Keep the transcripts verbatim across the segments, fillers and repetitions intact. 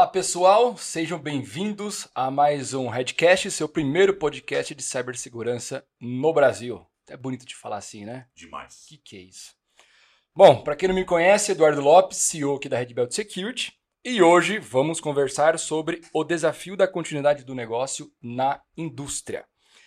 Olá pessoal, sejam bem-vindos a mais um Redcast, seu primeiro podcast de cibersegurança no Brasil. É bonito de falar assim, né? Demais. O que, que é isso? Bom, para quem não me conhece, Eduardo Lopes, C E O aqui da Red Belt Security, e hoje vamos conversar sobre o desafio da continuidade do negócio na indústria.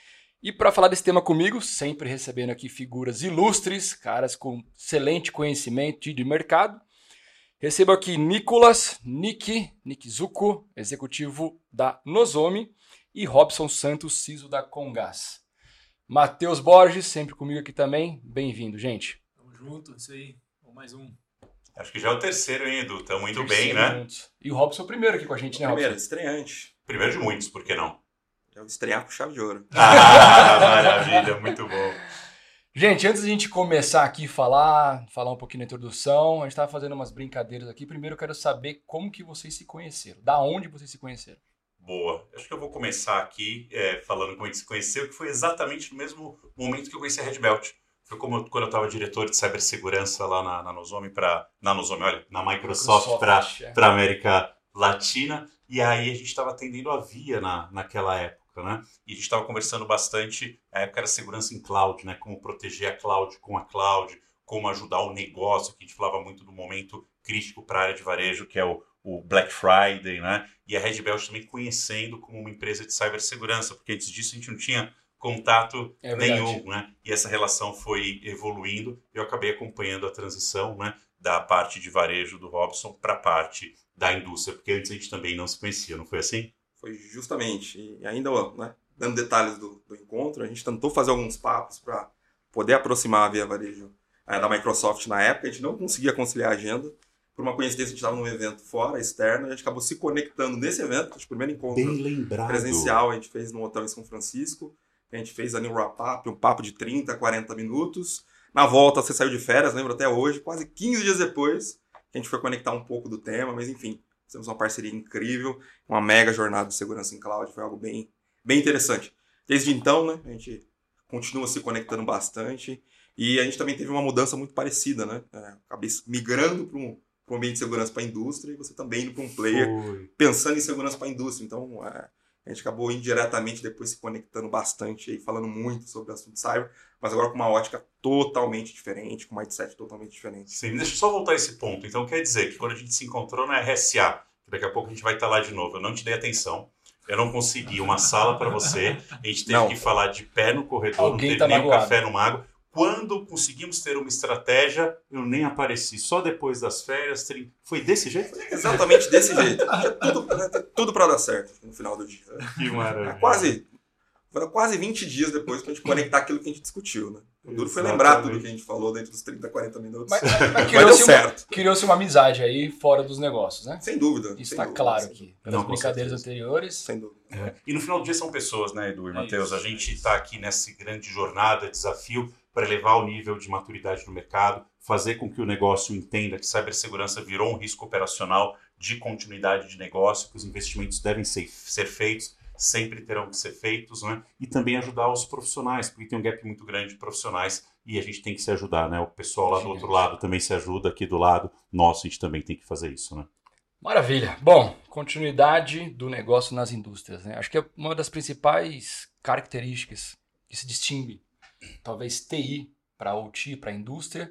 E para falar desse tema comigo, sempre recebendo aqui figuras ilustres, caras com excelente conhecimento de mercado, recebo aqui Nicolas, Nick, Nick Zucco, executivo da Nozomi, e Robson Santos, C I S O da Comgás. Matheus Borges, sempre comigo aqui também. Bem-vindo, gente. Tamo junto, isso aí. Vamos mais um. Acho que já é o terceiro, hein, Edu? Estamos indo Terceiro bem, né? Juntos. E o Robson é o primeiro aqui com a gente, né, Primeiro, Robson? estreante. Primeiro de muitos, por que não? Já vou estrear com chave de ouro. Ah, maravilha, muito bom. Gente, antes de a gente começar aqui a falar, falar um pouquinho da introdução, a gente estava fazendo umas brincadeiras aqui. Primeiro eu quero saber como que vocês se conheceram. Da onde vocês se conheceram? Boa. Acho que eu vou começar aqui é, falando como a gente se conheceu, que foi exatamente no mesmo momento que eu conheci a Red Belt. Foi como quando eu estava diretor de cibersegurança lá na, na Nozomi, para na Nozomi, olha, na Microsoft, Microsoft para é. a América Latina. E aí a gente estava atendendo a Via na, naquela época. Né? E a gente estava conversando bastante, a época era segurança em cloud, né? Como proteger a cloud com a cloud, como ajudar o negócio, que a gente falava muito do momento crítico para a área de varejo, que é o, o Black Friday, né? E a Red Belt também conhecendo como uma empresa de cibersegurança, porque antes disso a gente não tinha contato É nenhum, né? E essa relação foi evoluindo, eu acabei acompanhando a transição, né? Da parte de varejo do Robson para a parte da indústria, porque antes a gente também não se conhecia, não foi assim? Foi justamente, e ainda, né, dando detalhes do, do encontro, a gente tentou fazer alguns papos para poder aproximar a Via Varejo é, da Microsoft na época. A gente não conseguia conciliar a agenda. Por uma coincidência, a gente estava num evento fora, externo, e a gente acabou se conectando nesse evento. O primeiro encontro Bem lembrado. presencial a gente fez no hotel em São Francisco. A gente fez ali um wrap-up, um papo de trinta, quarenta minutos. Na volta, você saiu de férias, lembro até hoje, quase quinze dias depois, a gente foi conectar um pouco do tema, mas enfim. Temos uma parceria incrível, uma mega jornada de segurança em cloud, foi algo bem, bem interessante. Desde então, né, a gente continua se conectando bastante e a gente também teve uma mudança muito parecida, né? É, acabei migrando para um, um ambiente de segurança para a indústria e você também indo para um player Foi. pensando em segurança para a indústria. Então, é, a gente acabou indiretamente depois se conectando bastante e falando muito sobre o assunto de cyber, mas agora com uma ótica totalmente diferente, com um mindset totalmente diferente. Sim, deixa eu só voltar a esse ponto. Então quer dizer que quando a gente se encontrou na R S A, que daqui a pouco a gente vai estar lá de novo, eu não te dei atenção, eu não consegui uma sala para você, a gente teve Não. que falar de pé no corredor, Alguém não teve tá nem um magoado. café no mago. Quando conseguimos ter uma estratégia, eu nem apareci. Só depois das férias, trin- foi desse jeito? Exatamente desse jeito. Tinha tudo, tudo para dar certo no final do dia. Que maravilha. É quase, foram quase vinte dias depois para a gente conectar aquilo que a gente discutiu, né? O duro foi Exatamente. lembrar tudo que a gente falou dentro dos trinta, quarenta minutos. Mas, Mas, mas deu criou-se, uma, certo. criou-se uma amizade aí fora dos negócios, né? Sem dúvida. Isso sem está dúvida, claro sem aqui. Pelas Não, com brincadeiras certeza. anteriores. Sem dúvida. É. E no final do dia são pessoas, né, Edu e É Matheus? isso, A gente é está aqui nessa grande jornada, desafio, para elevar o nível de maturidade no mercado, fazer com que o negócio entenda que cibersegurança virou um risco operacional de continuidade de negócio, que os investimentos devem ser, ser feitos, sempre terão que ser feitos, né? E também ajudar os profissionais, porque tem um gap muito grande de profissionais e a gente tem que se ajudar, né? O pessoal lá do outro lado também se ajuda, aqui do lado nosso a gente também tem que fazer isso, né? Maravilha. Bom, continuidade do negócio nas indústrias, né? Acho que é uma das principais características que se distingue, talvez T I para O T, para a indústria,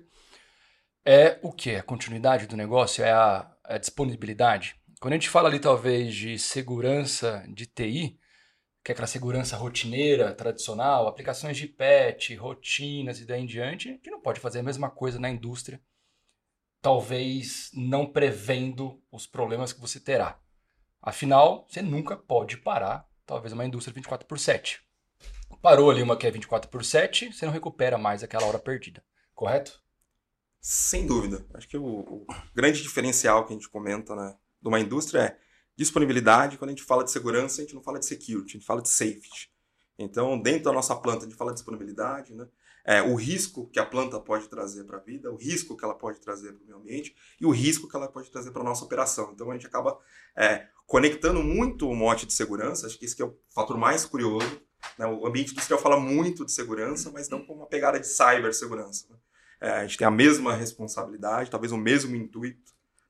é o que? A continuidade do negócio, é a, a disponibilidade. Quando a gente fala ali talvez de segurança de T I, que é aquela segurança rotineira, tradicional, aplicações de patch, rotinas e daí em diante, a gente não pode fazer a mesma coisa na indústria, talvez não prevendo os problemas que você terá. Afinal, você nunca pode parar, talvez, uma indústria vinte e quatro por sete. Parou ali uma que é vinte e quatro por sete, você não recupera mais aquela hora perdida, correto? Sem dúvida. Acho que o, o grande diferencial que a gente comenta, né, de uma indústria é disponibilidade. Quando a gente fala de segurança, a gente não fala de security, a gente fala de safety. Então, dentro da nossa planta, a gente fala de disponibilidade, né? É, o risco que a planta pode trazer para a vida, o risco que ela pode trazer para o meio ambiente e o risco que ela pode trazer para a nossa operação. Então, a gente acaba é, conectando muito o mote de segurança. Acho que esse que é o fator mais curioso, né? O ambiente industrial fala muito de segurança, mas não com uma pegada de cibersegurança, né? É, a gente tem a mesma responsabilidade, talvez o mesmo intuito,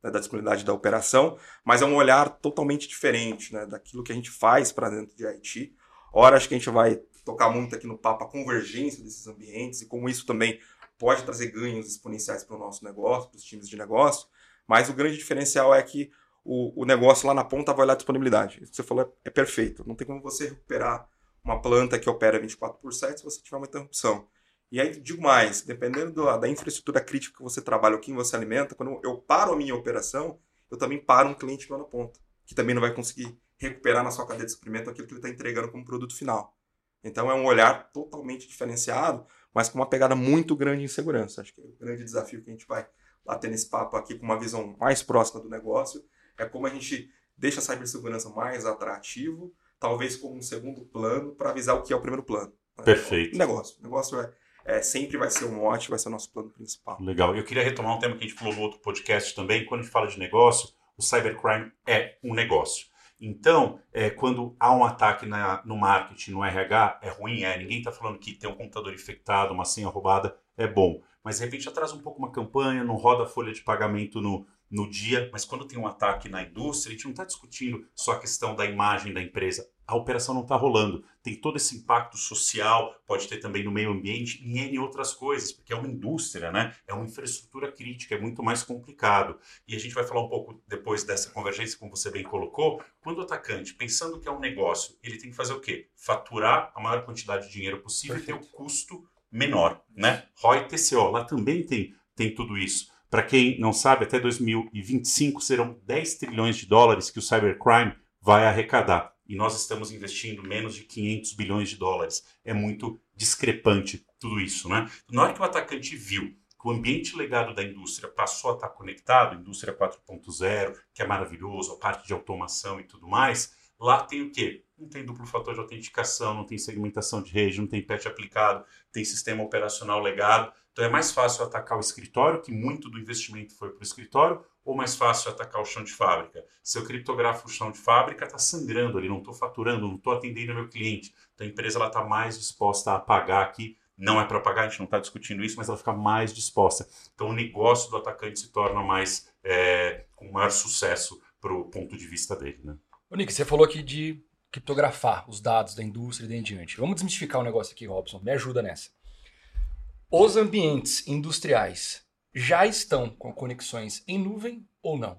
né, da disponibilidade da operação, mas é um olhar totalmente diferente, né, daquilo que a gente faz para dentro de I T. Ora, acho que a gente vai tocar muito aqui no papo a convergência desses ambientes e como isso também pode trazer ganhos exponenciais para o nosso negócio, para os times de negócio, mas o grande diferencial é que o, o negócio lá na ponta vai olhar a disponibilidade. Isso que você falou é, é perfeito. Não tem como você recuperar uma planta que opera vinte e quatro por sete se você tiver uma interrupção. E aí, digo mais, dependendo do, da infraestrutura crítica que você trabalha, ou quem você alimenta, quando eu paro a minha operação, eu também paro um cliente lá na ponta, que também não vai conseguir recuperar na sua cadeia de suprimento aquilo que ele está entregando como produto final. Então, é um olhar totalmente diferenciado, mas com uma pegada muito grande em segurança. Acho que é o grande desafio que a gente vai bater nesse papo aqui com uma visão mais próxima do negócio, é como a gente deixa a cibersegurança mais atrativo, talvez como um segundo plano, para avisar o que é o primeiro plano. Perfeito. O negócio. O negócio é, é, sempre vai ser um mote, vai ser o nosso plano principal. Legal. Eu queria retomar um tema que a gente falou no outro podcast também. Quando a gente fala de negócio, o cybercrime é um negócio. Então, é, quando há um ataque na, no marketing, no R H, é ruim, é. Ninguém está falando que ter um computador infectado, uma senha roubada, é bom. Mas, de repente, atrasa um pouco uma campanha, não roda a folha de pagamento no, no dia. Mas quando tem um ataque na indústria, a gente não está discutindo só a questão da imagem da empresa. A operação não está rolando. Tem todo esse impacto social, pode ter também no meio ambiente e em outras coisas, porque é uma indústria, né? É uma infraestrutura crítica, é muito mais complicado. E a gente vai falar um pouco depois dessa convergência, como você bem colocou. Quando o atacante, pensando que é um negócio, ele tem que fazer o quê? Faturar a maior quantidade de dinheiro possível Perfeito. E ter o custo menor, né? R O I, T C O, lá também tem, tem tudo isso. Para quem não sabe, até dois mil e vinte e cinco serão dez trilhões de dólares que o cybercrime vai arrecadar. E nós estamos investindo menos de quinhentos bilhões de dólares. É muito discrepante tudo isso, né? Na hora que o atacante viu que o ambiente legado da indústria passou a estar conectado, indústria quatro ponto zero, que é maravilhoso, a parte de automação e tudo mais, lá tem o quê? Não tem duplo fator de autenticação, não tem segmentação de rede, não tem patch aplicado, tem sistema operacional legado. Então é mais fácil atacar o escritório, que muito do investimento foi para o escritório, ou mais fácil atacar o chão de fábrica? Se eu criptografo o chão de fábrica, está sangrando ali, não estou faturando, não estou atendendo meu cliente. Então a empresa está mais disposta a pagar aqui. Não é para pagar, a gente não está discutindo isso, mas ela fica mais disposta. Então o negócio do atacante se torna mais é, com maior sucesso para o ponto de vista dele, né? Ô, Nick, você falou aqui de criptografar os dados da indústria e daí em diante. Vamos desmistificar o negócio aqui, Robson. Me ajuda nessa. Os ambientes industriais já estão com conexões em nuvem ou não?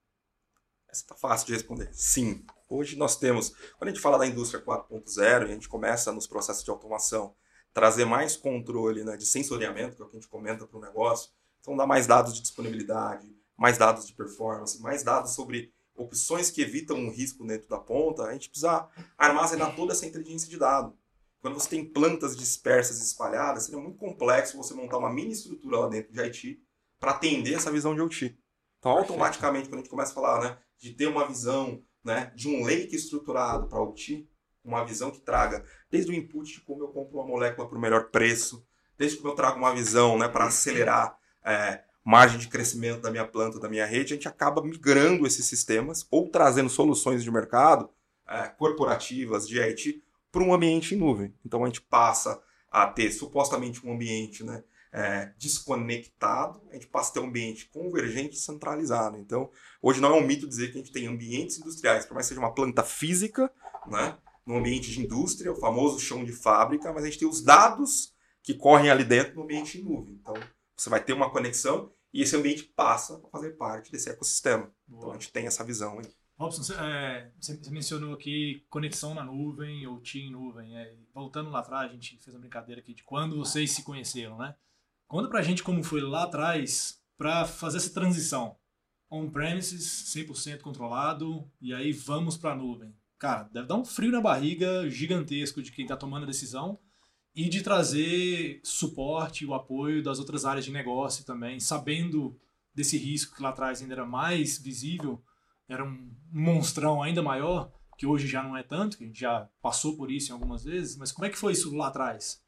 Essa está fácil de responder. Sim. Hoje nós temos, quando a gente fala da indústria quatro ponto zero, e a gente começa nos processos de automação, trazer mais controle, né, de sensoriamento, que é o que a gente comenta para o negócio, então dá mais dados de disponibilidade, mais dados de performance, mais dados sobre opções que evitam um risco dentro da ponta, a gente precisa armazenar toda essa inteligência de dado. Quando você tem plantas dispersas e espalhadas, seria muito complexo você montar uma mini estrutura lá dentro de I T para atender essa visão de O T. Então, automaticamente, quando a gente começa a falar, né, de ter uma visão, né, de um lake estruturado para O T, uma visão que traga desde o input de como eu compro uma molécula por melhor preço, desde como eu trago uma visão, né, para acelerar é, margem de crescimento da minha planta, da minha rede, a gente acaba migrando esses sistemas ou trazendo soluções de mercado é, corporativas de I T para um ambiente em nuvem. Então a gente passa a ter supostamente um ambiente, né, é, desconectado, a gente passa a ter um ambiente convergente e centralizado. Então hoje não é um mito dizer que a gente tem ambientes industriais, por mais que seja uma planta física, né, no ambiente de indústria, o famoso chão de fábrica, mas a gente tem os dados que correm ali dentro no ambiente em nuvem. Então você vai ter uma conexão e esse ambiente passa a fazer parte desse ecossistema. Boa. Então a gente tem essa visão aí. Robson, você, é, você mencionou aqui conexão na nuvem ou T I em nuvem. É, voltando lá atrás, a gente fez uma brincadeira aqui de quando vocês se conheceram, né? Conta pra gente como foi lá atrás para fazer essa transição. On-premises, cem por cento controlado, e aí vamos pra nuvem. Cara, deve dar um frio na barriga gigantesco de quem tá tomando a decisão e de trazer suporte e o apoio das outras áreas de negócio também, sabendo desse risco que lá atrás ainda era mais visível. Era um monstrão ainda maior, que hoje já não é tanto, que a gente já passou por isso em algumas vezes, mas como é que foi isso lá atrás?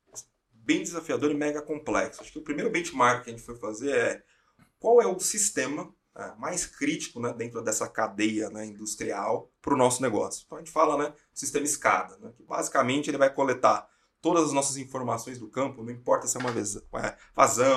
Bem desafiador e mega complexo. Acho que o primeiro benchmark que a gente foi fazer é qual é o sistema é, mais crítico, né, dentro dessa cadeia, né, industrial para o nosso negócio. Então a gente fala, né, sistema SCADA, né, que basicamente ele vai coletar todas as nossas informações do campo, não importa se é uma vazão,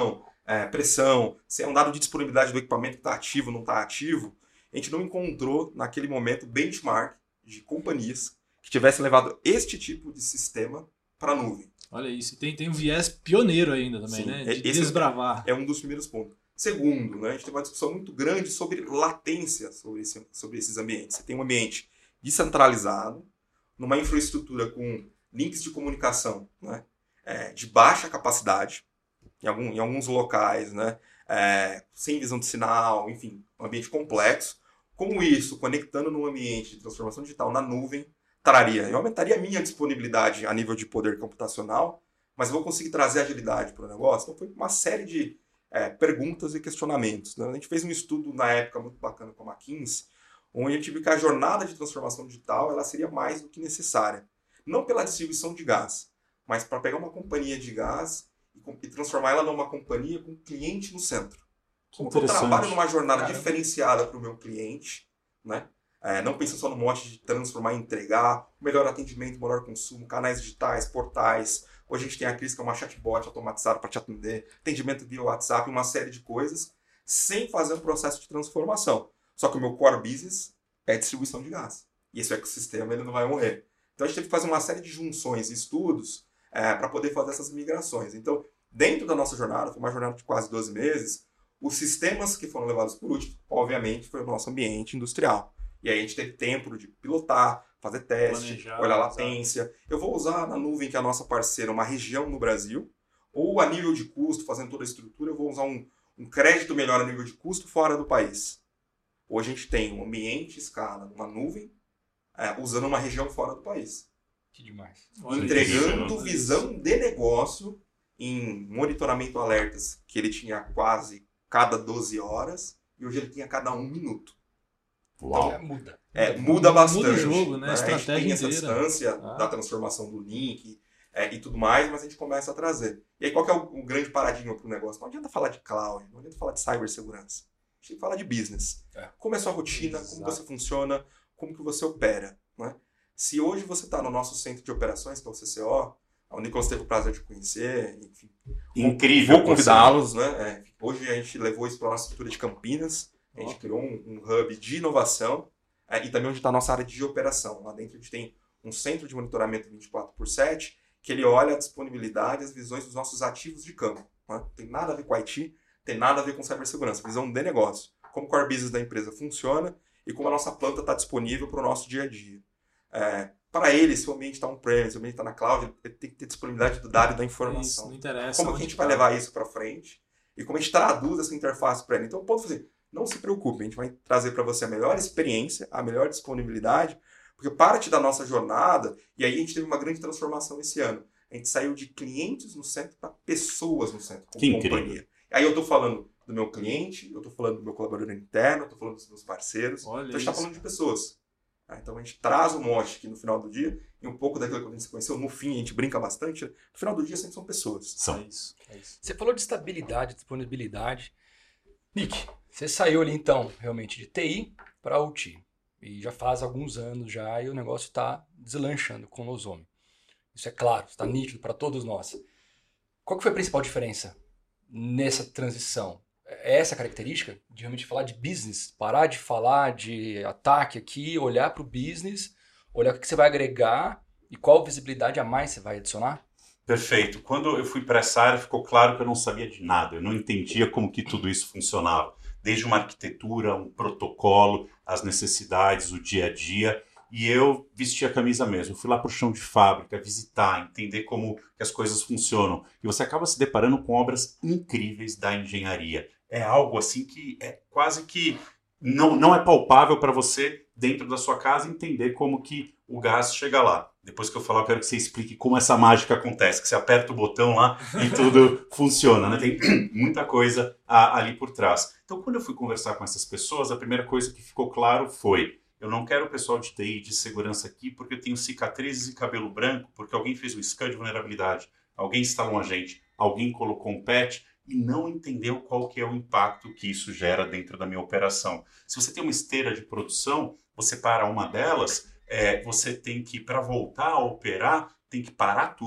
é, pressão, se é um dado de disponibilidade do equipamento que está ativo ou não está ativo, a gente não encontrou, naquele momento, benchmark de companhias que tivessem levado este tipo de sistema para a nuvem. Olha isso, tem, tem um viés pioneiro ainda também, Sim, né? De esse desbravar. É um dos primeiros pontos. Segundo, né, a gente tem uma discussão muito grande sobre latência sobre, esse, sobre esses ambientes. Você tem um ambiente descentralizado, numa infraestrutura com links de comunicação, né, é, de baixa capacidade, em, algum, em alguns locais, né, é, sem visão de sinal, enfim, um ambiente complexo. Como isso, conectando num ambiente de transformação digital na nuvem, traria, eu aumentaria a minha disponibilidade a nível de poder computacional, mas eu vou conseguir trazer agilidade para o negócio. Então foi uma série de é, perguntas e questionamentos, né? A gente fez um estudo na época muito bacana com a McKinsey, onde a gente viu que a jornada de transformação digital ela seria mais do que necessária. Não pela distribuição de gás, mas para pegar uma companhia de gás e, e transformar ela numa companhia com cliente no centro. Como eu trabalho numa jornada Caramba. diferenciada para o meu cliente, né? É, não pensando só no mote de transformar e entregar, melhor atendimento, melhor consumo, canais digitais, portais. Hoje a gente tem a Cris, que é uma chatbot automatizada para te atender, atendimento via WhatsApp, uma série de coisas, sem fazer um processo de transformação. Só que o meu core business é distribuição de gás. E esse ecossistema ele não vai morrer. Então a gente teve que fazer uma série de junções e estudos é, para poder fazer essas migrações. Então, dentro da nossa jornada, foi uma jornada de quase doze meses, os sistemas que foram levados por último, obviamente, foi o nosso ambiente industrial. E aí a gente teve tempo de pilotar, fazer teste, Planejar, olhar a latência. Exatamente. Eu vou usar na nuvem, que é a nossa parceira, uma região no Brasil, ou a nível de custo, fazendo toda a estrutura, eu vou usar um, um crédito melhor a nível de custo fora do país. Hoje a gente tem um ambiente escala numa nuvem, é, usando uma região fora do país. Que demais. Entregando visão de negócio em monitoramento alertas, que ele tinha quase cada doze horas, e hoje ele tinha cada um minuto. Uau. Então, muda. É, muda bastante. Muda o jogo, né? né? A estratégia a gente tem essa inteira. distância ah. da transformação do link é, e tudo mais, mas a gente começa a trazer. E aí qual que é o, o grande paradigma para o negócio? Não adianta falar de cloud, não adianta falar de cibersegurança. A gente tem que falar de business. É. Como é a sua rotina, Exato. como você funciona, como que você opera. Né? Se hoje você está no nosso centro de operações, que é o C C O, o Nicolas teve o prazer de conhecer, enfim. Incrível. Vou convidá-los, né? É, hoje a gente levou isso para a nossa estrutura de Campinas. A gente oh. criou um, um hub de inovação é, e também onde está a nossa área de operação. Lá dentro a gente tem um centro de monitoramento vinte e quatro por sete que ele olha a disponibilidade e as visões dos nossos ativos de campo. Né? Tem nada a ver com I T, tem nada a ver com cibersegurança. Visão de negócio. Como o core business da empresa funciona e como a nossa planta está disponível para o nosso dia a dia. É, para ele, se o ambiente está on-premise, se o ambiente está na cloud, ele tem que ter disponibilidade do dado e da informação. Isso, não interessa. Como que a gente vai levar isso para frente e como a gente traduz essa interface para ele. Então, o ponto é assim, não se preocupe, a gente vai trazer para você a melhor experiência, a melhor disponibilidade, porque parte da nossa jornada, e aí a gente teve uma grande transformação esse ano, a gente saiu de clientes no centro para pessoas no centro, como que companhia. Incrível. Aí eu estou falando do meu cliente, eu estou falando do meu colaborador interno, eu estou falando dos meus parceiros, Olha então a gente está falando de pessoas. Então a gente traz o mote aqui no final do dia, e um pouco daquilo que a gente se conheceu, no fim a gente brinca bastante, no final do dia sempre são pessoas. São. É isso, é isso. Você falou de estabilidade, disponibilidade. Nick, você saiu ali então realmente de T I para O T. E já faz alguns anos já e o negócio está deslanchando com o Nosome. Isso é claro, está nítido para todos nós. Qual que foi a principal diferença nessa transição? É essa característica de realmente falar de business, parar de falar de ataque aqui, olhar para o business, olhar o que você vai agregar e qual visibilidade a mais você vai adicionar? Perfeito. Quando eu fui para essa área, ficou claro que eu não sabia de nada, eu não entendia como que tudo isso funcionava. Desde uma arquitetura, um protocolo, as necessidades, o dia a dia. E eu vesti a camisa mesmo. Eu fui lá para o chão de fábrica, visitar, entender como que as coisas funcionam. E você acaba se deparando com obras incríveis da engenharia. É algo assim que é quase que não, não é palpável para você, dentro da sua casa, entender como que o gás chega lá. Depois que eu falar, eu quero que você explique como essa mágica acontece, que você aperta o botão lá e tudo funciona, né? Tem muita coisa a, ali por trás. Então, quando eu fui conversar com essas pessoas, a primeira coisa que ficou claro foi: eu não quero o pessoal de T I, de segurança aqui, porque eu tenho cicatrizes e cabelo branco, porque alguém fez um scan de vulnerabilidade, alguém instalou um agente, alguém colocou um patch e não entendeu qual que é o impacto que isso gera dentro da minha operação. Se você tem uma esteira de produção, você para uma delas, é, você tem que, para voltar a operar, tem que parar tudo,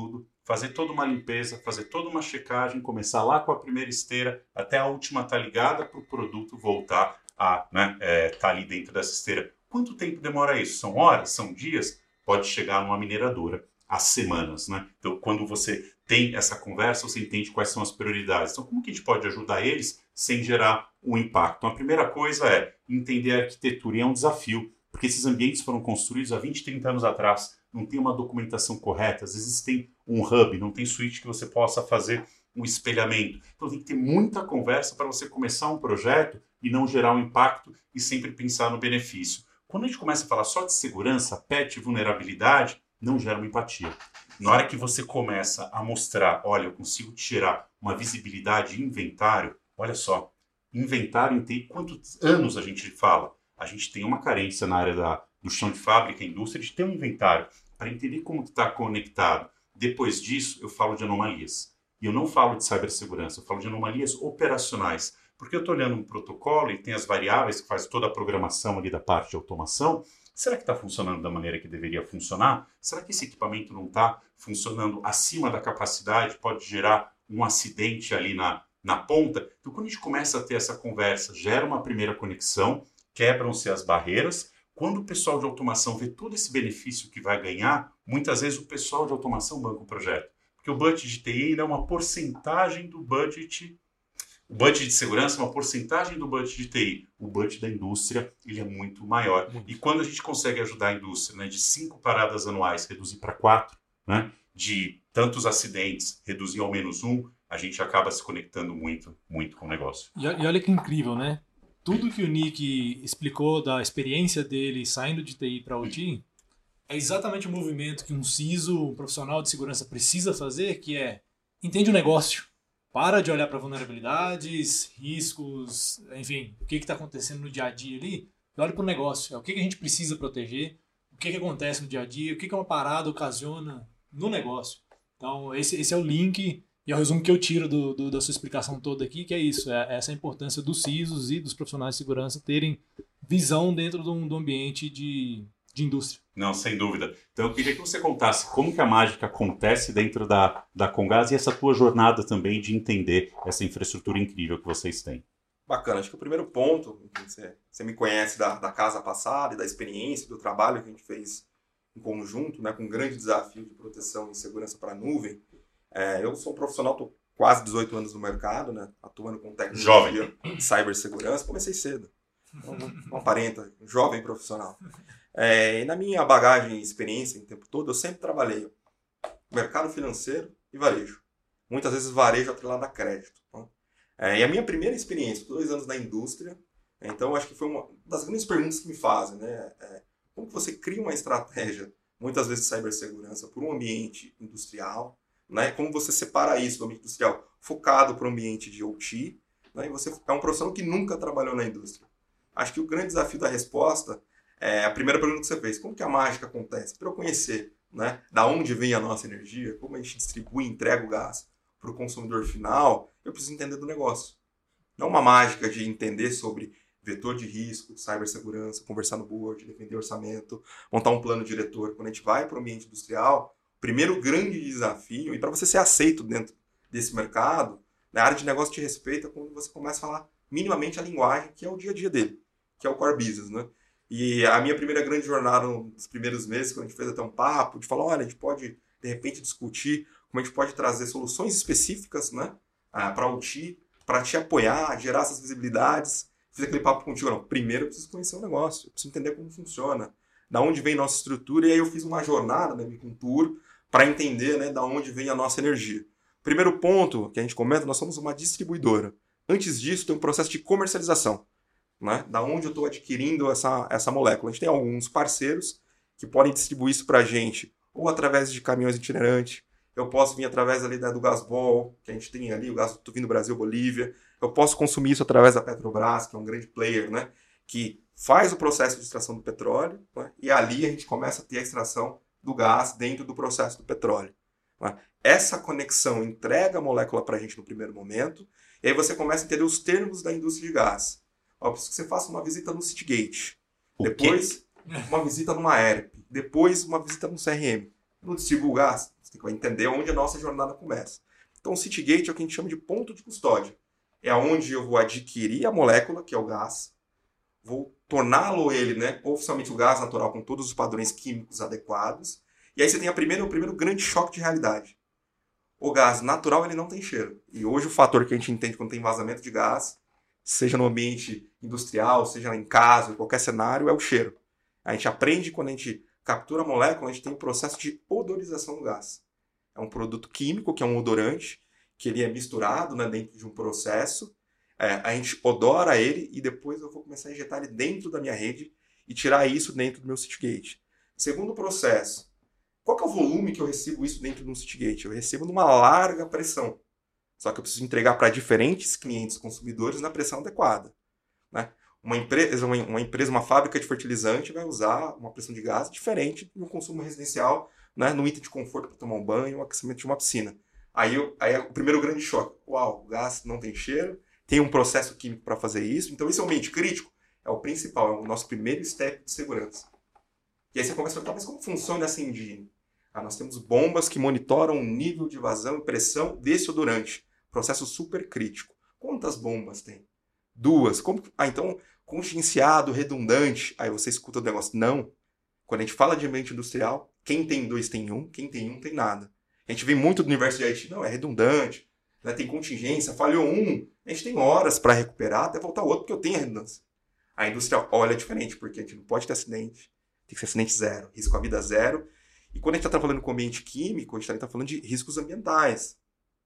fazer toda uma limpeza, fazer toda uma checagem, começar lá com a primeira esteira até a última estar ligada para o produto voltar a né, é, tá ali dentro dessa esteira. Quanto tempo demora isso? São horas? São dias? Pode chegar numa mineradora há semanas, né? Então, quando você tem essa conversa, você entende quais são as prioridades. Então, como que a gente pode ajudar eles sem gerar um impacto? Então, a primeira coisa é entender a arquitetura, e é um desafio, porque esses ambientes foram construídos há vinte, trinta anos atrás, não tem uma documentação correta, às vezes tem um hub, não tem switch que você possa fazer um espelhamento. Então, tem que ter muita conversa para você começar um projeto e não gerar um impacto e sempre pensar no benefício. Quando a gente começa a falar só de segurança, pet, vulnerabilidade, não gera uma empatia. Na hora que você começa a mostrar, olha, eu consigo tirar uma visibilidade em inventário, olha só, inventário em T I, quantos anos a gente fala? A gente tem uma carência na área da, do chão de fábrica, indústria, de ter um inventário, para entender como está conectado. Depois disso, eu falo de anomalias. E eu não falo de cibersegurança, eu falo de anomalias operacionais. Porque eu estou olhando um protocolo e tem as variáveis que faz toda a programação ali da parte de automação. Será que está funcionando da maneira que deveria funcionar? Será que esse equipamento não está funcionando acima da capacidade? Pode gerar um acidente ali na, na ponta? Então, quando a gente começa a ter essa conversa, gera uma primeira conexão, quebram-se as barreiras. Quando o pessoal de automação vê todo esse benefício que vai ganhar, muitas vezes o pessoal de automação banca o projeto. Porque o budget de T I ainda é uma porcentagem do budget. O budget de segurança é uma porcentagem do budget de T I. O budget da indústria ele é muito maior. E quando a gente consegue ajudar a indústria, né, de cinco paradas anuais, reduzir para quatro, né, de tantos acidentes, reduzir ao menos um, a gente acaba se conectando muito, muito com o negócio. E, e olha que incrível, né? Tudo que o Nick explicou da experiência dele saindo de T I para O T é exatamente o movimento que um C I S O, um profissional de segurança, precisa fazer, que é entende o negócio. Para de olhar para vulnerabilidades, riscos, enfim, o que está acontecendo no dia a dia ali, e olha para o negócio. É o que, que a gente precisa proteger, o que, que acontece no dia a dia, o que, que uma parada ocasiona no negócio. Então, esse, esse é o link e é o resumo que eu tiro do, do, da sua explicação toda aqui, que é isso, é essa importância dos C I S Os e dos profissionais de segurança terem visão dentro do, do ambiente de, de indústria. Não, sem dúvida. Então eu queria que você contasse como que a mágica acontece dentro da, da Comgás e essa tua jornada também de entender essa infraestrutura incrível que vocês têm. Bacana. Acho que o primeiro ponto, você, você me conhece da, da casa passada e da experiência, do trabalho que a gente fez em conjunto, né, com um grande desafio de proteção e segurança para a nuvem. É, eu sou um profissional, estou quase dezoito anos no mercado, né, atuando com tecnologia de cibersegurança. Comecei cedo, não, não aparenta, jovem profissional. É, e na minha bagagem e experiência, o tempo todo, eu sempre trabalhei mercado financeiro e varejo. Muitas vezes varejo atrelado a crédito. Tá? É, e a minha primeira experiência, dois anos na indústria, então acho que foi uma das grandes perguntas que me fazem, né? É, como que você cria uma estratégia, muitas vezes de cibersegurança, por um ambiente industrial, né? Como você separa isso do ambiente industrial focado para o ambiente de O T, né? E você é um profissional que nunca trabalhou na indústria. Acho que o grande desafio da resposta é a primeira pergunta que você fez, como que a mágica acontece? Para eu conhecer, né, da onde vem a nossa energia, como a gente distribui e entrega o gás para o consumidor final, eu preciso entender do negócio. Não uma mágica de entender sobre vetor de risco, cibersegurança, conversar no board, defender orçamento, montar um plano diretor. Quando a gente vai para o ambiente industrial, o primeiro grande desafio, e para você ser aceito dentro desse mercado, na área de negócio te respeita quando você começa a falar minimamente a linguagem que é o dia a dia dele, que é o core business, né? E a minha primeira grande jornada nos primeiros meses, quando a gente fez até um papo, de falar, olha, a gente pode, de repente, discutir como a gente pode trazer soluções específicas, né, para o T, para te apoiar, gerar essas visibilidades. Fiz aquele papo contigo, não, primeiro eu preciso conhecer o negócio, eu preciso entender como funciona, da onde vem nossa estrutura, e aí eu fiz uma jornada, né, com um tour, para entender, né, da onde vem a nossa energia. Primeiro ponto que a gente comenta, nós somos uma distribuidora. Antes disso, tem um processo de comercialização. Né? Da onde eu estou adquirindo essa, essa molécula. A gente tem alguns parceiros que podem distribuir isso para a gente, ou através de caminhões itinerantes. Eu posso vir através ali, né, do Gasbol, que a gente tem ali, o gás do vindo Brasil, Bolívia. Eu posso consumir isso através da Petrobras, que é um grande player, né, que faz o processo de extração do petróleo, né, e ali a gente começa a ter a extração do gás dentro do processo do petróleo. Né? Essa conexão entrega a molécula para a gente no primeiro momento, e aí você começa a entender os termos da indústria de gás. Ó, preciso que você faça uma visita no Citygate. O depois, quê? uma visita numa E R P. Depois, uma visita no C R M. No distribuo gás, Você tem que entender onde a nossa jornada começa. Então, o Citygate é o que a gente chama de ponto de custódia. É onde eu vou adquirir a molécula, que é o gás, vou torná-lo ele, né, oficialmente o gás natural com todos os padrões químicos adequados. E aí você tem a primeira, o primeiro grande choque de realidade. O gás natural ele não tem cheiro. E hoje o fator que a gente entende quando tem vazamento de gás, seja no ambiente industrial, seja em casa, em qualquer cenário, é o cheiro. A gente aprende quando a gente captura a molécula, a gente tem um processo de odorização do gás. É um produto químico, que é um odorante, que ele é misturado, né, dentro de um processo. É, a gente odora ele e depois eu vou começar a injetar ele dentro da minha rede e tirar isso dentro do meu Citygate. Segundo processo, qual que é o volume que eu recebo isso dentro de um Citygate? Eu recebo numa larga pressão. Só que eu preciso entregar para diferentes clientes consumidores na pressão adequada. Né? Uma, empresa, uma, uma empresa, uma fábrica de fertilizante vai usar uma pressão de gás diferente no consumo residencial, né? No item de conforto para tomar um banho, o aquecimento de uma piscina. Aí, eu, aí é o primeiro grande choque. Uau, o gás não tem cheiro, tem um processo químico para fazer isso. Então, esse é o ambiente crítico, é o principal, é o nosso primeiro step de segurança. E aí você começa a perguntar, mas como funciona essa engine? Ah, nós temos bombas que monitoram o nível de vazão e pressão desse odorante. Processo super crítico. Quantas bombas tem? Duas. Como... Ah, então, contingenciado, redundante. Aí você escuta o negócio. Não. Quando a gente fala de ambiente industrial, quem tem dois tem um, quem tem um tem nada. A gente vê muito do universo de I T. Não, é redundante. Né? Tem contingência. Falhou um. A gente tem horas para recuperar até voltar o outro, porque eu tenho a redundância. A indústria olha diferente, porque a gente não pode ter acidente. Tem que ser acidente zero. Risco à vida zero. E quando a gente está trabalhando com ambiente químico, a gente está falando de riscos ambientais.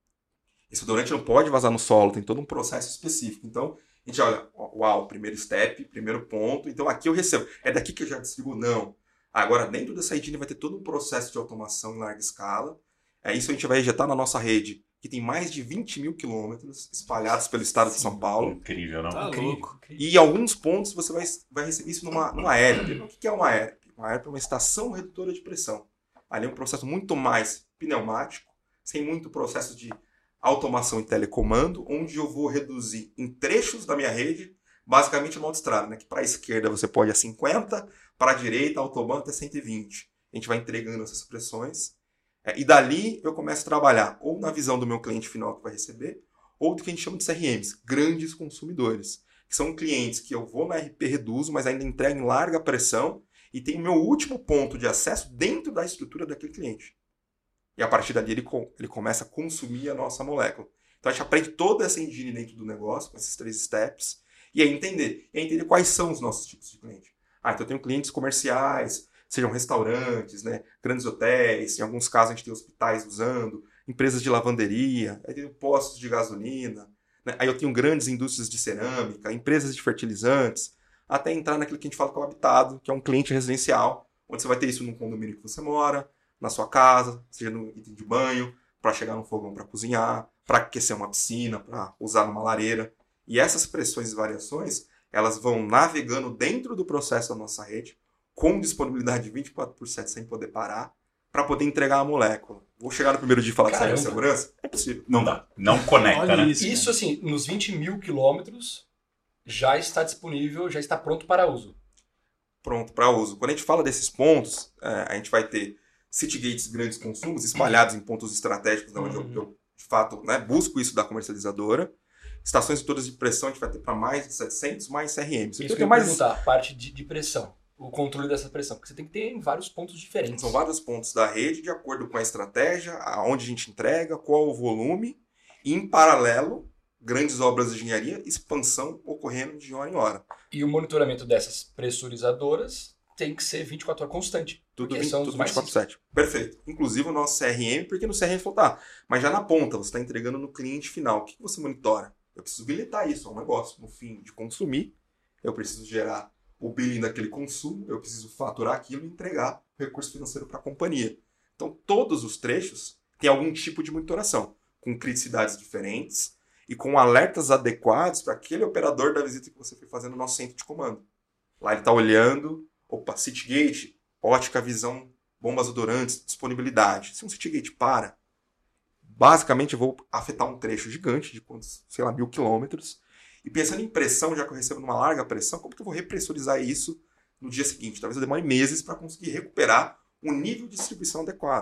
Esse odorante não pode vazar no solo, tem todo um processo específico. Então, a gente olha, uau, primeiro step, primeiro ponto, então aqui eu recebo. É daqui que eu já distribuo? Não. Agora, dentro dessa engine vai ter todo um processo de automação em larga escala. É isso a gente vai injetar na nossa rede, que tem mais de vinte mil quilômetros espalhados pelo estado Sim, de São Paulo. Incrível, não? Tá louco. E em alguns pontos você vai, vai receber isso numa, numa A R P. O que é uma A R P? Uma A R P é uma estação redutora de pressão. Ali é um processo muito mais pneumático, sem muito processo de automação e telecomando, onde eu vou reduzir em trechos da minha rede, basicamente uma autoestrada, né? Que para a esquerda você pode ir a cinquenta, para a direita, a autobahn até cento e vinte. A gente vai entregando essas pressões. É, e dali eu começo a trabalhar ou na visão do meu cliente final que vai receber, ou do que a gente chama de C R Ms, grandes consumidores, que são clientes que eu vou na R P reduzo, mas ainda entrego em larga pressão, e tem o meu último ponto de acesso dentro da estrutura daquele cliente. E a partir dali ele, ele começa a consumir a nossa molécula. Então a gente aprende toda essa engine dentro do negócio, com esses três steps, e aí entender. E aí entender quais são os nossos tipos de cliente. Ah, então eu tenho clientes comerciais, sejam restaurantes, né, grandes hotéis, em alguns casos a gente tem hospitais usando, empresas de lavanderia, aí tem postos de gasolina, né, aí eu tenho grandes indústrias de cerâmica, empresas de fertilizantes, até entrar naquilo que a gente fala que é o habitado, que é um cliente residencial, onde você vai ter isso num condomínio que você mora, na sua casa, seja no item de banho, para chegar no fogão para cozinhar, para aquecer uma piscina, para usar numa lareira. E essas pressões e variações, elas vão navegando dentro do processo da nossa rede, com disponibilidade de vinte e quatro por sete sem poder parar, para poder entregar a molécula. Vou chegar no primeiro dia e falar Caramba. de cibersegurança? É possível. Não dá. Não conecta, Olha né? Isso, isso assim, nos vinte mil quilômetros, já está disponível, já está pronto para uso. Pronto para uso. Quando a gente fala desses pontos, é, a gente vai ter Citygates grandes consumos espalhados em pontos estratégicos, onde uhum. eu, eu, de fato, né, busco isso da comercializadora. Estações todas de pressão a gente vai ter para mais de setecentos, mais C R Ms. Isso que eu ia mais... perguntar, a parte de, de pressão, o controle dessa pressão, porque você tem que ter em vários pontos diferentes. São vários pontos da rede, de acordo com a estratégia, aonde a gente entrega, qual o volume, e em paralelo, grandes obras de engenharia, expansão ocorrendo de hora em hora. E o monitoramento dessas pressurizadoras tem que ser vinte e quatro horas constante. Tudo, vinte, são tudo vinte e quatro por sete. Perfeito. Inclusive o nosso C R M, porque no C R M falou, tá, mas já na ponta, você está entregando no cliente final. O que você monitora? Eu preciso habilitar isso, é um negócio. No fim de consumir, eu preciso gerar o billing daquele consumo, eu preciso faturar aquilo e entregar o recurso financeiro para a companhia. Então, todos os trechos têm algum tipo de monitoração, com criticidades diferentes e com alertas adequados para aquele operador da visita que você foi fazer no nosso centro de comando. Lá ele está olhando, opa, Citygate, ótica, visão, bombas odorantes, disponibilidade. Se um Citygate para, basicamente eu vou afetar um trecho gigante de quantos, sei lá, mil quilômetros. E pensando em pressão, já que eu recebo numa larga pressão, como que eu vou repressurizar isso no dia seguinte? Talvez eu demore meses para conseguir recuperar um nível de distribuição adequado.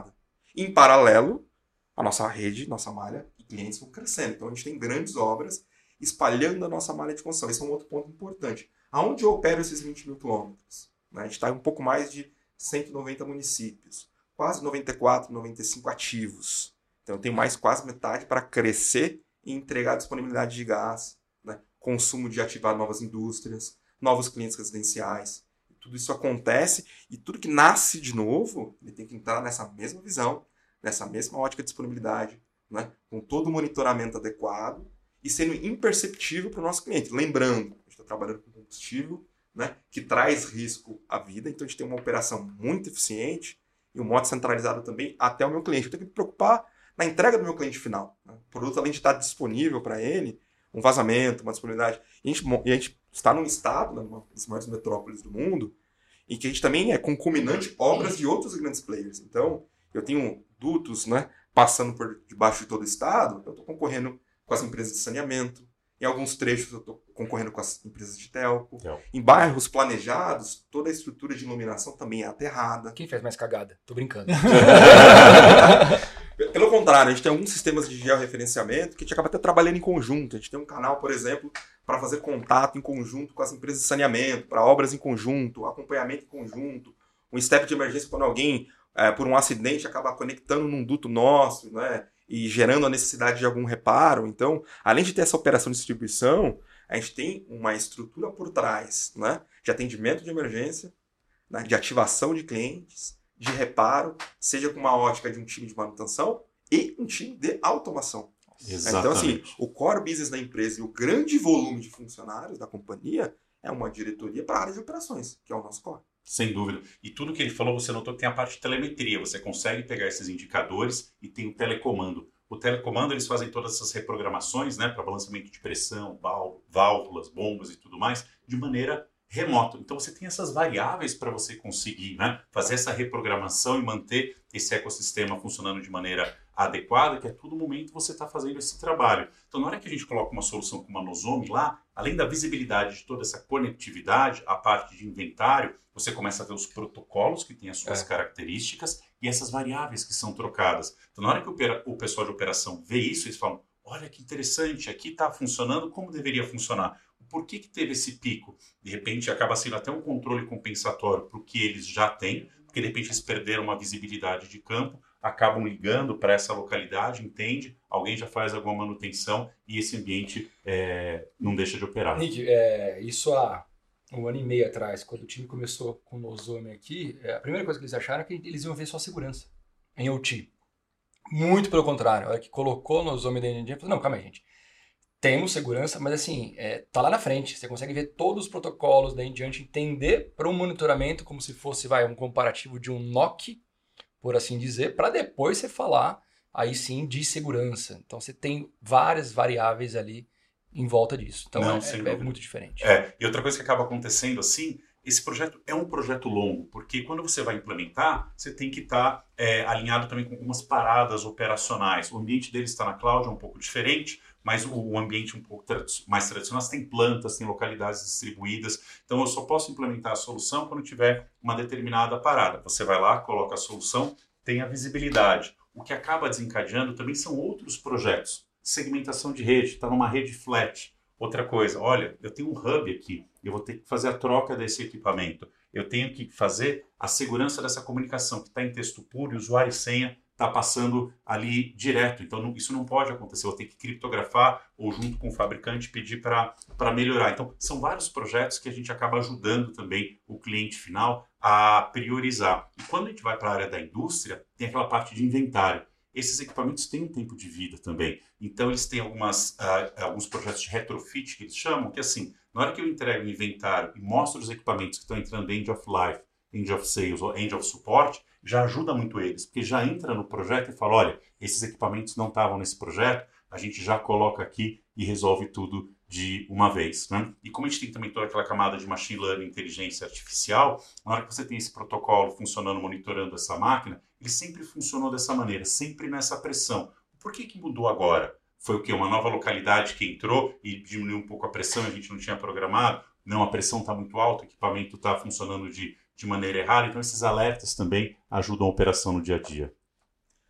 Em paralelo, a nossa rede, nossa malha e clientes vão crescendo. Então a gente tem grandes obras espalhando a nossa malha de construção. Esse é um outro ponto importante. Aonde eu opero esses vinte mil quilômetros? A gente está em um pouco mais de cento e noventa municípios, quase noventa e quatro, noventa e cinco ativos. Então eu tenho mais quase metade para crescer e entregar disponibilidade de gás, né? Consumo de ativar novas indústrias, novos clientes residenciais. Tudo isso acontece e tudo que nasce de novo, ele tem que entrar nessa mesma visão, nessa mesma ótica de disponibilidade, né? Com todo o monitoramento adequado e sendo imperceptível para o nosso cliente. Lembrando, a gente está trabalhando com combustível, né, que traz risco à vida, então a gente tem uma operação muito eficiente e um modo centralizado também até o meu cliente. Eu tenho que me preocupar na entrega do meu cliente final. Né? O produto, além de estar disponível para ele, um vazamento, uma disponibilidade. E a gente, e a gente está num estado, né, uma das maiores metrópoles do mundo, em que a gente também é concomitante obras de outros grandes players. Então, eu tenho dutos, né, passando por debaixo de todo o estado, eu estou concorrendo com as empresas de saneamento. Em alguns trechos eu estou concorrendo com as empresas de telco. Telco. Em bairros planejados, toda a estrutura de iluminação também é aterrada. Quem fez mais cagada? Tô brincando. Pelo contrário, a gente tem alguns sistemas de georreferenciamento que a gente acaba até trabalhando em conjunto. A gente tem um canal, por exemplo, para fazer contato em conjunto com as empresas de saneamento, para obras em conjunto, acompanhamento em conjunto, um step de emergência quando alguém, é, por um acidente, acaba conectando num duto nosso, né? E gerando a necessidade de algum reparo. Então, além de ter essa operação de distribuição, a gente tem uma estrutura por trás, né, de atendimento de emergência, né, de ativação de clientes, de reparo, seja com uma ótica de um time de manutenção e um time de automação. Exatamente. Então, assim, o core business da empresa e o grande volume de funcionários da companhia é uma diretoria para a área de operações, que é o nosso core. Sem dúvida. E tudo que ele falou, você notou que tem a parte de telemetria. Você consegue pegar esses indicadores e tem o telecomando. O telecomando, eles fazem todas essas reprogramações, né, para balanceamento de pressão, válvulas, bombas e tudo mais, de maneira remota. Então, você tem essas variáveis para você conseguir, né, fazer essa reprogramação e manter esse ecossistema funcionando de maneira adequada, que a todo momento você está fazendo esse trabalho. Então, na hora que a gente coloca uma solução como a Nozomi lá, além da visibilidade de toda essa conectividade, a parte de inventário, você começa a ver os protocolos que têm as suas é. características e essas variáveis que são trocadas. Então, na hora que o, o pessoal de operação vê isso, eles falam, olha que interessante, aqui está funcionando como deveria funcionar. Por que que teve esse pico? De repente, acaba sendo até um controle compensatório para o que eles já têm, porque de repente eles perderam uma visibilidade de campo, acabam ligando para essa localidade, entende? Alguém já faz alguma manutenção e esse ambiente é, não deixa de operar. Nick, é, isso há um ano e meio atrás, quando o time começou com o Nozomi aqui, a primeira coisa que eles acharam é que eles iam ver só segurança em O T. Muito pelo contrário, a hora que colocou o Nozomi dentro de dia, falou, não, calma aí, gente. Temos segurança, mas assim, é, tá lá na frente. Você consegue ver todos os protocolos daí em diante, entender para um monitoramento como se fosse vai, um comparativo de um N O C, por assim dizer, para depois você falar aí sim de segurança. Então você tem várias variáveis ali em volta disso. Então Não, é, é, é muito diferente. É, e outra coisa que acaba acontecendo assim, esse projeto é um projeto longo, porque quando você vai implementar, você tem que estar tá, é, alinhado também com algumas paradas operacionais. O ambiente deles está na cloud, é um pouco diferente, mas o ambiente um pouco tra- mais tradicional, você tem plantas, tem localidades distribuídas. Então, eu só posso implementar a solução quando tiver uma determinada parada. Você vai lá, coloca a solução, tem a visibilidade. O que acaba desencadeando também são outros projetos. Segmentação de rede, está numa rede flat. Outra coisa, olha, eu tenho um hub aqui, eu vou ter que fazer a troca desse equipamento. Eu tenho que fazer a segurança dessa comunicação, que está em texto puro, e usuário e senha está passando ali direto. Então, não, isso não pode acontecer. Eu vou ter que criptografar ou, junto com o fabricante, pedir para melhorar. Então, são vários projetos que a gente acaba ajudando também o cliente final a priorizar. E quando a gente vai para a área da indústria, tem aquela parte de inventário. Esses equipamentos têm um tempo de vida também. Então, eles têm algumas, uh, alguns projetos de retrofit, que eles chamam, que assim, na hora que eu entrego o inventário e mostro os equipamentos que estão entrando end of life, end of sales ou end of support, já ajuda muito eles, porque já entra no projeto e fala, olha, esses equipamentos não estavam nesse projeto, a gente já coloca aqui e resolve tudo de uma vez, né? E como a gente tem também toda aquela camada de machine learning, inteligência artificial, na hora que você tem esse protocolo funcionando, monitorando essa máquina, ele sempre funcionou dessa maneira, sempre nessa pressão. Por que que mudou agora? Foi o quê? Uma nova localidade que entrou e diminuiu um pouco a pressão, a gente não tinha programado? Não, a pressão está muito alta, o equipamento está funcionando de, de maneira errada, então esses alertas também ajudam a operação no dia a dia.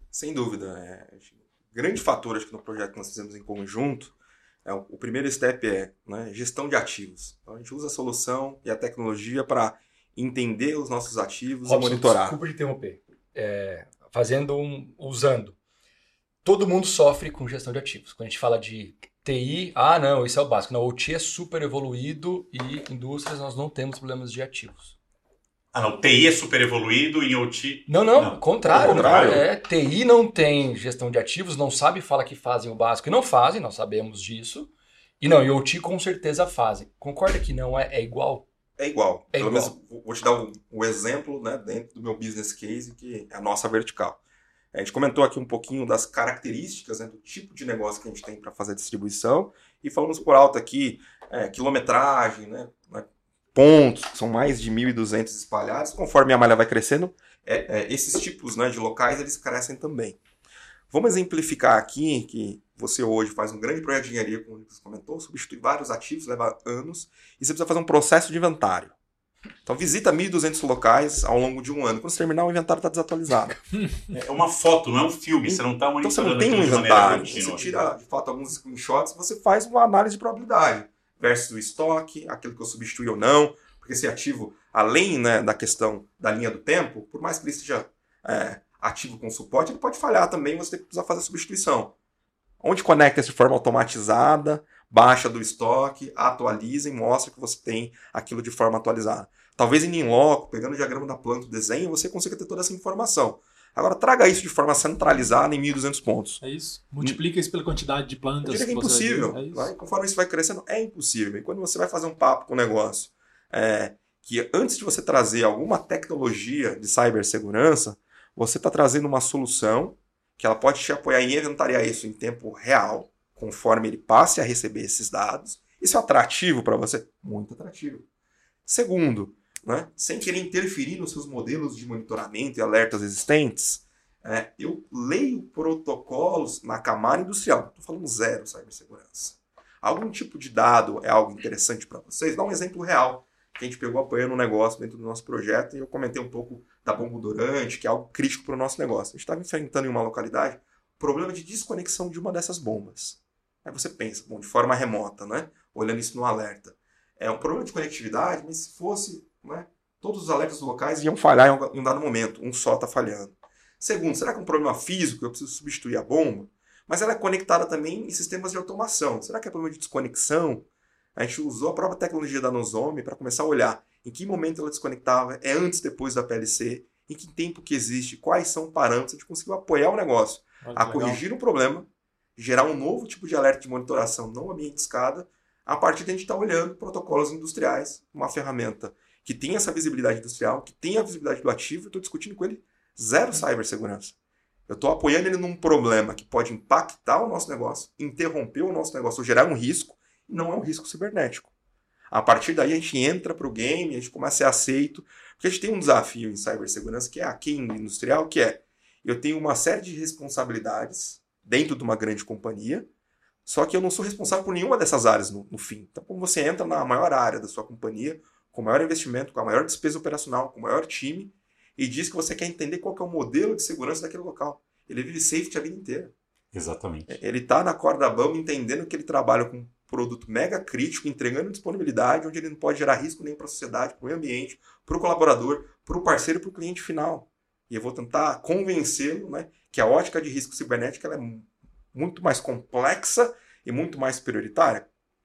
Sem dúvida. É, grande fator, acho que no projeto que nós fizemos em conjunto, é, o, o primeiro step é, né, gestão de ativos. Então, a gente usa a solução e a tecnologia para entender os nossos ativos Robson, e monitorar. Desculpa de interromper. É, fazendo um, usando. Todo mundo sofre com gestão de ativos. Quando a gente fala de T I, ah, não, isso é o básico. Não, o T I é super evoluído e indústrias nós não temos problemas de ativos. Ah, não, T I é super evoluído e em O T... Não, não, não. Contrário. contrário. É, T I não tem gestão de ativos, não sabe, fala que fazem o básico e não fazem, nós sabemos disso. E não, e o T I com certeza fazem. Concorda que não é, é igual? É igual. É Pelo igual. menos, vou te dar um, um exemplo, né, dentro do meu business case, que é a nossa vertical. A gente comentou aqui um pouquinho das características, né, do tipo de negócio que a gente tem para fazer a distribuição e falamos por alto aqui é, quilometragem, né, né, pontos, que são mais de mil e duzentos espalhados. Conforme a malha vai crescendo, é, é, esses tipos, né, de locais eles crescem também. Vamos exemplificar aqui que você hoje faz um grande projeto de engenharia, como você comentou, substitui vários ativos, leva anos, e você precisa fazer um processo de inventário. Então visita mil e duzentos locais ao longo de um ano. Quando você terminar, o inventário está desatualizado. É uma foto, não é um filme. Você não está Então você monitorando não tem um aquilo de maneira inventário. contínua. Você tira, de fato, alguns screenshots, você faz uma análise de probabilidade versus o estoque, aquilo que eu substituí ou não. Porque esse ativo, além, né, da questão da linha do tempo, por mais que ele esteja é, ativo com suporte, ele pode falhar também, você precisa fazer a substituição. Onde conecta de forma automatizada, baixa do estoque, atualiza e mostra que você tem aquilo de forma atualizada. Talvez em loco, pegando o diagrama da planta, o desenho, você consiga ter toda essa informação. Agora, traga isso de forma centralizada em mil e duzentos pontos. É isso. Multiplica isso pela quantidade de plantas. Eu diria que é você vai impossível. ver. É isso. Vai, conforme isso vai crescendo, é impossível. E quando você vai fazer um papo com o negócio, é, que antes de você trazer alguma tecnologia de cibersegurança, você está trazendo uma solução que ela pode te apoiar em inventariar isso em tempo real, conforme ele passe a receber esses dados. Isso é atrativo para você? Muito atrativo. Segundo, né, sem querer interferir nos seus modelos de monitoramento e alertas existentes, é, eu leio protocolos na camada industrial. Estou falando zero cibersegurança. Algum tipo de dado é algo interessante para vocês? Dá um exemplo real que a gente pegou apoiando um negócio dentro do nosso projeto e eu comentei um pouco da bomba durante, que é algo crítico para o nosso negócio. A gente estava enfrentando em uma localidade problema de desconexão de uma dessas bombas. Aí você pensa, bom, de forma remota, né? Olhando isso no alerta. É um problema de conectividade, mas se fosse, né, todos os alertas locais iam falhar em um dado momento. Um só está falhando. Segundo, será que é um problema físico? Eu preciso substituir a bomba? Mas ela é conectada também em sistemas de automação. Será que é problema de desconexão? A gente usou a própria tecnologia da Nosome para começar a olhar em que momento ela desconectava, é antes, depois da P L C, em que tempo que existe, quais são os parâmetros, a gente conseguiu apoiar o negócio Olha a que corrigir legal. um problema, gerar um novo tipo de alerta de monitoração no ambiente de escada, a partir de a gente estar olhando protocolos industriais, uma ferramenta que tem essa visibilidade industrial, que tem a visibilidade do ativo, eu estou discutindo com ele zero cibersegurança. Eu estou apoiando ele num problema que pode impactar o nosso negócio, interromper o nosso negócio, ou gerar um risco, e não é um risco cibernético. A partir daí a gente entra para o game, a gente começa a ser aceito, porque a gente tem um desafio em cibersegurança, que é aqui em industrial, que é, eu tenho uma série de responsabilidades dentro de uma grande companhia, só que eu não sou responsável por nenhuma dessas áreas no, no fim. Então, quando você entra na maior área da sua companhia, com o maior investimento, com a maior despesa operacional, com o maior time, e diz que você quer entender qual que é o modelo de segurança daquele local. Ele vive safety a vida inteira. Exatamente. Ele está na corda bamba entendendo que ele trabalha com um produto mega crítico, entregando disponibilidade, onde ele não pode gerar risco nem para a sociedade, para o meio ambiente, para o colaborador, para o parceiro e para o cliente final. E eu vou tentar convencê-lo, né, que a ótica de risco cibernético ela é muito mais complexa e muito mais prioritária.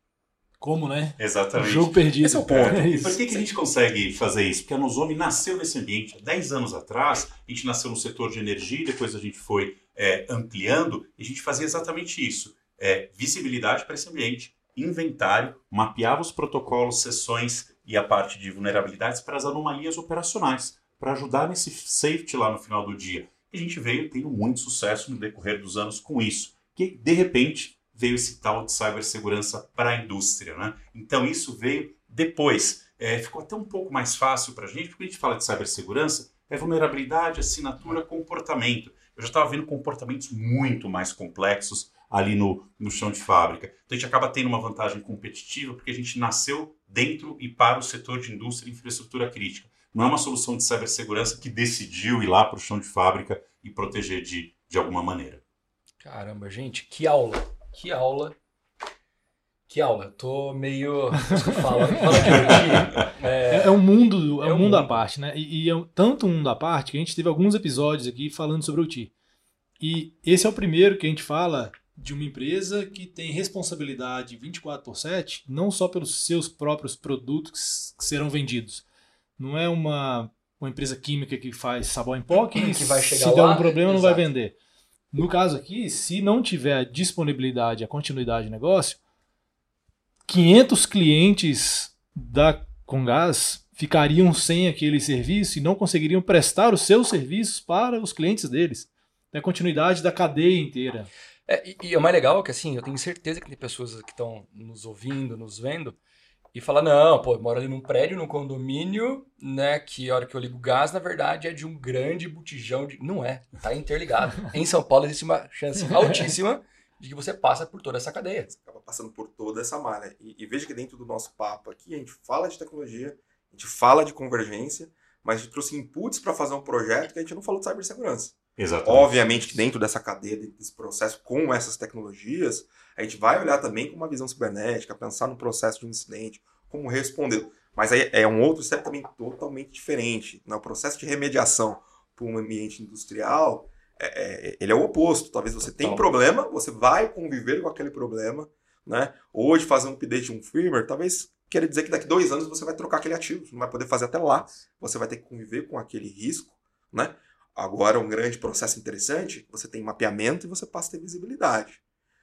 Como, né? Exatamente. O jogo perdido. Esse é o ponto. É E isso. por que, que a gente consegue fazer isso? Porque a Nosome nasceu nesse ambiente. Há dez anos atrás, a gente nasceu no setor de energia, depois a gente foi é, ampliando, e a gente fazia exatamente isso. É, visibilidade para esse ambiente, inventário, mapeava os protocolos, sessões e a parte de vulnerabilidades para as anomalias operacionais, para ajudar nesse safety lá no final do dia. E a gente veio tendo muito sucesso no decorrer dos anos com isso, que de repente veio esse tal de cibersegurança para a indústria, né? Então isso veio depois. É, ficou até um pouco mais fácil para a gente, porque a gente fala de cibersegurança, é vulnerabilidade, assinatura, comportamento. Eu já estava vendo comportamentos muito mais complexos ali no, no chão de fábrica. Então a gente acaba tendo uma vantagem competitiva, porque a gente nasceu dentro e para o setor de indústria e infraestrutura crítica. Não é uma solução de cibersegurança que decidiu ir lá para o chão de fábrica e proteger de, de alguma maneira. Caramba, gente, que aula, que aula, que aula. Tô meio... Fala, fala de hoje. É, é um mundo, é, é um um mundo à mundo. parte, né? E, e é um- tanto um mundo à parte que a gente teve alguns episódios aqui falando sobre o T I. E esse é o primeiro que a gente fala de uma empresa que tem responsabilidade vinte e quatro por sete, não só pelos seus próprios produtos que serão vendidos. Não é uma, uma empresa química que faz sabão em pó que, Que vai chegar se der lá, um problema não vai exato. vender. No caso aqui, se não tiver a disponibilidade, a continuidade de negócio, quinhentos clientes da Comgás ficariam sem aquele serviço e não conseguiriam prestar os seus serviços para os clientes deles. É a continuidade da cadeia inteira. É, e, e o mais legal é que, assim, eu tenho certeza que tem pessoas que estão nos ouvindo, nos vendo, e falam, não, pô, eu moro ali num prédio, num condomínio, né, que a hora que eu ligo o gás, na verdade, é de um grande botijão de... Não é, tá interligado. Em São Paulo existe uma chance altíssima de que você passa por toda essa cadeia. Você acaba passando por toda essa malha. E, e veja que dentro do nosso papo aqui, a gente fala de tecnologia, a gente fala de convergência, mas a gente trouxe inputs para fazer um projeto que a gente não falou de cibersegurança. Exatamente. Obviamente que dentro dessa cadeia, dentro desse processo, com essas tecnologias, a gente vai olhar também com uma visão cibernética, pensar no processo de um incidente, como responder. Mas aí é um outro step também totalmente diferente. No processo de remediação para um ambiente industrial, é, é, ele é o oposto. Talvez você tenha um problema, você vai conviver com aquele problema, né? Hoje fazer um update de um firmware, talvez queira dizer que daqui a dois anos você vai trocar aquele ativo, você não vai poder fazer até lá. Você vai ter que conviver com aquele risco, né? Agora, um grande processo interessante, você tem mapeamento e você passa a ter visibilidade.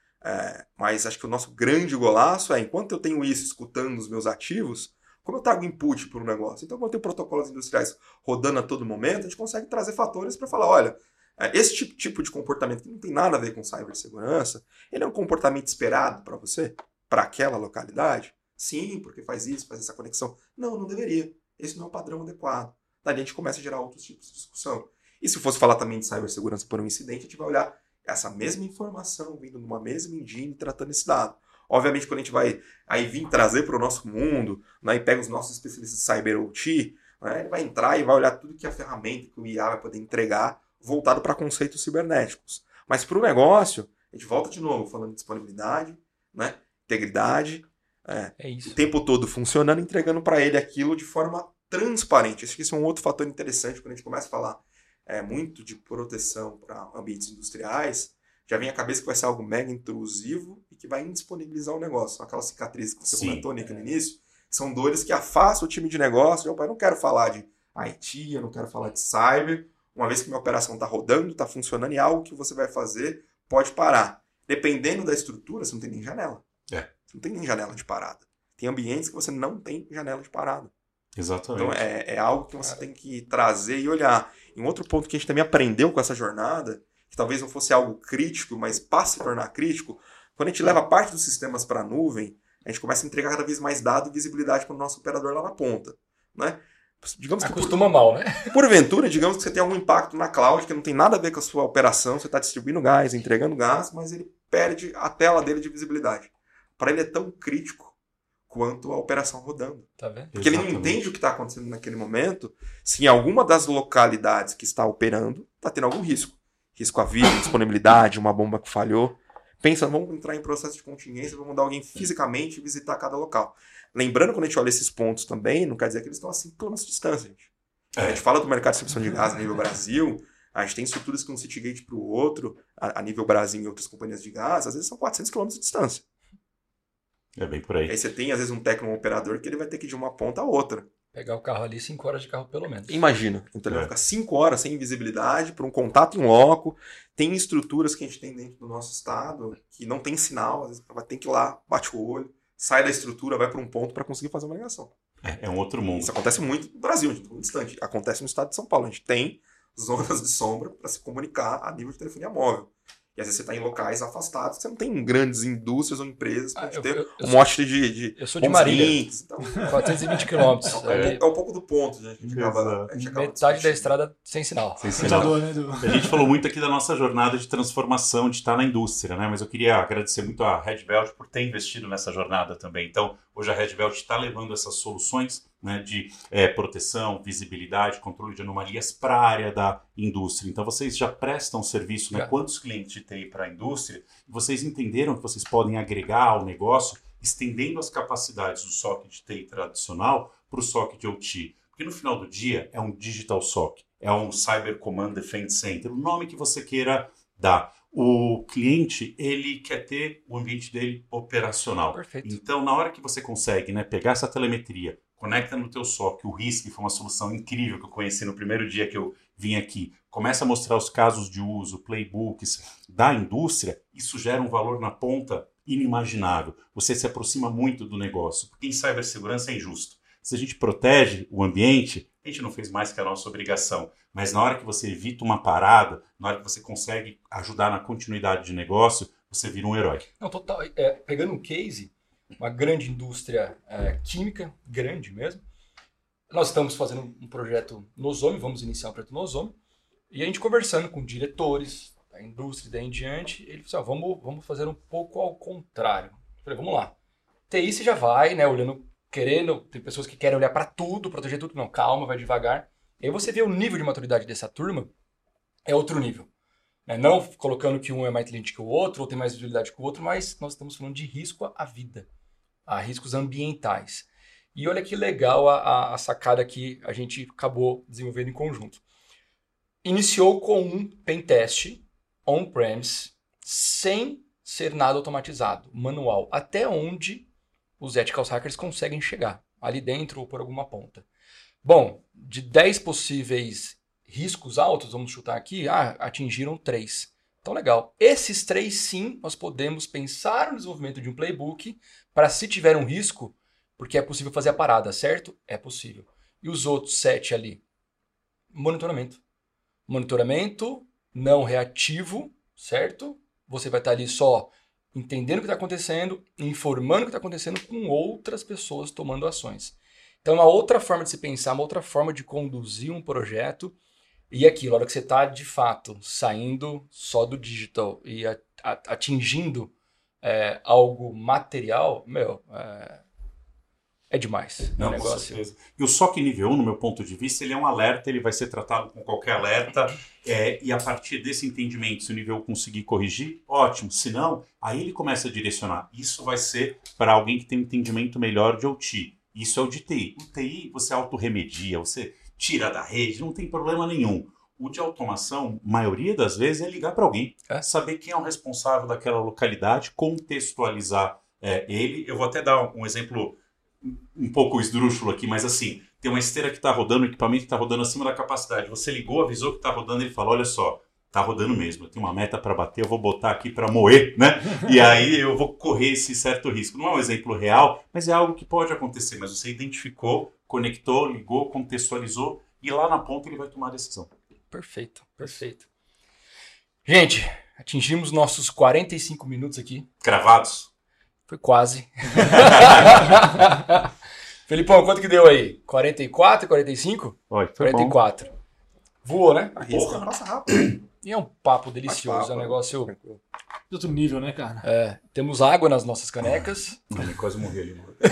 É, mas acho que o nosso grande golaço é, enquanto eu tenho isso escutando os meus ativos, como eu trago input para o negócio? Então, quando eu tenho protocolos industriais rodando a todo momento, a gente consegue trazer fatores para falar, olha, esse tipo, tipo de comportamento que não tem nada a ver com cibersegurança, ele é um comportamento esperado para você? Para aquela localidade? Sim, porque faz isso, faz essa conexão. Não, não deveria. Esse não é o padrão adequado. Daí a gente começa a gerar outros tipos de discussão. E se fosse falar também de cibersegurança por um incidente, a gente vai olhar essa mesma informação vindo numa mesma engine tratando esse dado. Obviamente, quando a gente vai aí vir trazer para o nosso mundo, né, e pega os nossos especialistas de Cyber O T, né, ele vai entrar e vai olhar tudo que a ferramenta que o I A vai poder entregar voltado para conceitos cibernéticos. Mas para o negócio, a gente volta de novo falando de disponibilidade, né, integridade, é, É isso. o tempo todo funcionando, entregando para ele aquilo de forma transparente. Acho que isso é um outro fator interessante quando a gente começa a falar é, muito de proteção para ambientes industriais. Já vem à cabeça que vai ser algo mega intrusivo e que vai indisponibilizar o negócio. São aquelas cicatrizes que você Sim. comentou, Nick, no início. São dores que afastam o time de negócio. Eu não quero falar de I T, eu não quero falar de cyber. Uma vez que minha operação está rodando, está funcionando e algo que você vai fazer pode parar. Dependendo da estrutura, você não tem nem janela. É. Você não tem nem janela de parada. Tem ambientes que você não tem janela de parada. Exatamente. Então é, é algo que você tem que trazer e olhar. E um outro ponto que a gente também aprendeu com essa jornada, que talvez não fosse algo crítico, mas passe a se tornar crítico, quando a gente leva parte dos sistemas para a nuvem, a gente começa a entregar cada vez mais dado e visibilidade para o nosso operador lá na ponta. Né? Digamos que Acostuma por, mal, né? porventura, digamos que você tem algum impacto na cloud que não tem nada a ver com a sua operação, você está distribuindo gás, entregando gás, mas ele perde a tela dele de visibilidade. Para ele é tão crítico quanto a operação rodando. Tá vendo? Porque ele não entende o que está acontecendo naquele momento, se em alguma das localidades que está operando está tendo algum risco. Risco à vida, disponibilidade, uma bomba que falhou. Pensa, vamos entrar em processo de contingência, vamos mandar alguém fisicamente visitar cada local. Lembrando, quando a gente olha esses pontos também, não quer dizer que eles estão a cinco quilômetros de distância, gente. É. A gente fala do mercado de distribuição de gás a nível Brasil, a gente tem estruturas que um Citygate para o outro, a, a nível Brasil e outras companhias de gás, às vezes são quatrocentos quilômetros de distância. É bem por aí. E aí você tem, às vezes, um técnico, um operador que ele vai ter que ir de uma ponta a outra. Pegar o carro ali, cinco horas de carro pelo menos. Imagina. Então ele É. vai ficar cinco horas sem visibilidade, por um contato em loco. Tem estruturas que a gente tem dentro do nosso estado que não tem sinal, às vezes vai ter que ir lá, bate o olho, sai da estrutura, vai para um ponto para conseguir fazer uma ligação. É, é um outro mundo. Isso acontece muito no Brasil, gente, muito distante. Acontece no estado de São Paulo. A gente tem zonas de sombra para se comunicar a nível de telefonia móvel. E às vezes você está em locais afastados, você não tem grandes indústrias ou empresas para Ah, eu- ter eu- eu um sou- monte de, de eu sou de bons Marília. links. Então, quatrocentos e vinte quilômetros. é, um ali, pouco- é um pouco do ponto, né? A gente acaba, Exato. a gente acaba metade da discutindo. estrada sem sinal. Sem sinal. Tentador, né, do... A gente falou muito aqui da nossa jornada de transformação, de estar na indústria, né? Mas eu queria agradecer muito a Red Belt por ter investido nessa jornada também. Então, Hoje a Red Belt está levando essas soluções, né, de é, proteção, visibilidade, controle de anomalias para a área da indústria. Então vocês já prestam serviço, né? Quantos clientes de T I para a indústria? E vocês entenderam que vocês podem agregar ao negócio, estendendo as capacidades do S O C de T I tradicional para o S O C de O T. Porque no final do dia é um Digital S O C, é um Cyber Command Defense Center, o nome que você queira dar. O cliente, ele quer ter o ambiente dele operacional. Perfeito. Então, na hora que você consegue, né, pegar essa telemetria, conecta no teu S O C, o R I S C foi uma solução incrível que eu conheci no primeiro dia que eu vim aqui, começa a mostrar os casos de uso, playbooks da indústria, isso gera um valor na ponta inimaginável. Você se aproxima muito do negócio, porque em cibersegurança é injusto. Se a gente protege o ambiente, a gente não fez mais que a nossa obrigação. Mas na hora que você evita uma parada, na hora que você consegue ajudar na continuidade de negócio, você vira um herói. Não, total. É, pegando um case, uma grande indústria é, química, grande mesmo, nós estamos fazendo um projeto Nozomi, vamos iniciar um projeto Nozomi, e a gente conversando com diretores da indústria e daí em diante, ele falou assim, ó, vamos, vamos fazer um pouco ao contrário. Eu falei, vamos lá. T I você já vai, né, olhando, querendo, tem pessoas que querem olhar para tudo, proteger tudo, não, calma, vai devagar. E aí você vê o nível de maturidade dessa turma, é outro nível. Né? Não colocando que um é mais inteligente que o outro, ou tem mais visibilidade que o outro, mas nós estamos falando de risco à vida, a riscos ambientais. E olha que legal a, a, a sacada que a gente acabou desenvolvendo em conjunto. Iniciou com um pentest on-premise, sem ser nada automatizado, manual, até onde os ethical hackers conseguem chegar, ali dentro ou por alguma ponta. Bom, de dez possíveis riscos altos, vamos chutar aqui, ah, atingiram três. Então, legal. Esses três, sim, nós podemos pensar no desenvolvimento de um playbook para, se tiver um risco, porque é possível fazer a parada, certo? É possível. E os outros sete ali? Monitoramento. Monitoramento não reativo, certo? Você vai estar ali só entendendo o que está acontecendo, informando o que está acontecendo com outras pessoas tomando ações. Então, é uma outra forma de se pensar, uma outra forma de conduzir um projeto. E aquilo, a hora que você está, de fato, saindo só do digital e a, a, atingindo é, algo material, meu, é, é demais. Não, é um negócio. Com certeza. E o S O C nível um, no meu ponto de vista, ele é um alerta, ele vai ser tratado com qualquer alerta, é, e a partir desse entendimento, se o nível um conseguir corrigir, ótimo. Se não, aí ele começa a direcionar. Isso vai ser para alguém que tem um entendimento melhor de O T. Isso é o de T I. O T I você autorremedia, você tira da rede, não tem problema nenhum. O de automação, maioria das vezes, é ligar para alguém, é? Saber quem é o responsável daquela localidade, contextualizar é, ele. Eu vou até dar um exemplo um pouco esdrúxulo aqui, mas assim, tem uma esteira que está rodando, um equipamento que está rodando acima da capacidade. Você ligou, avisou que está rodando, ele fala, olha só, está rodando mesmo, eu tenho uma meta para bater, eu vou botar aqui para moer, né? E aí eu vou correr esse certo risco. Não é um exemplo real, mas é algo que pode acontecer. Mas você identificou, conectou, ligou, contextualizou e lá na ponta ele vai tomar a decisão. Perfeito, perfeito. Gente, atingimos nossos quarenta e cinco minutos aqui. Cravados? Foi quase. Felipão, quanto que deu aí? quarenta e quatro, quarenta e cinco? Oi, foi quarenta e quatro. Bom. Voou, né? A risca passa rápido. E é um papo delicioso, papo, é um negócio... De outro nível, né, cara? É, temos água nas nossas canecas. Eu quase morri ali. Mano.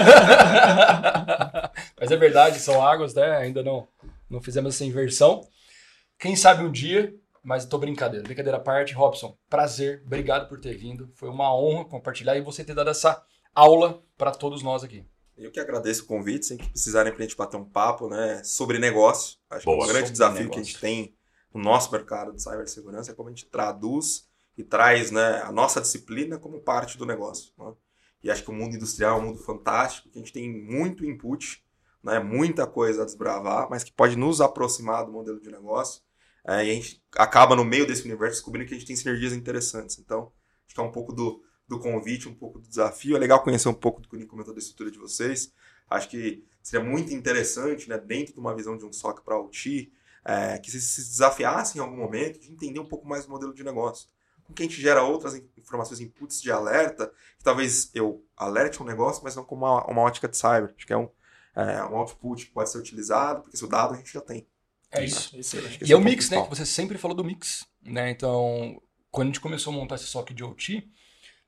Mas é verdade, são águas, né? Ainda não, não fizemos essa inversão. Quem sabe um dia, mas tô brincadeira. Brincadeira à parte. Robson, prazer. Obrigado por ter vindo. Foi uma honra compartilhar e você ter dado essa aula para todos nós aqui. Eu que agradeço o convite, sempre que precisarem pra gente bater um papo, né, sobre negócio. Acho Boa, que o grande desafio negócio. que a gente tem no nosso mercado de cibersegurança é como a gente traduz e traz, né, a nossa disciplina como parte do negócio. Né? E acho que o mundo industrial é um mundo fantástico, que a gente tem muito input, né, muita coisa a desbravar, mas que pode nos aproximar do modelo de negócio. É, e a gente acaba no meio desse universo descobrindo que a gente tem sinergias interessantes. Então, acho que é um pouco do, do convite, um pouco do desafio. É legal conhecer um pouco do que o Nico comentou da estrutura de vocês. Acho que seria muito interessante, né, dentro de uma visão de um S O C para O T, é, que vocês se desafiassem em algum momento de entender um pouco mais o modelo de negócio. Com que a gente gera outras informações, inputs de alerta, que talvez eu alerte um negócio, mas não com uma, uma ótica de cyber. Acho que é um, é, um output que pode ser utilizado, porque esse dado a gente já tem. É isso. Excelente. E é o mix, né? Que você sempre falou do mix. Né? Então, quando a gente começou a montar esse S O C de O T,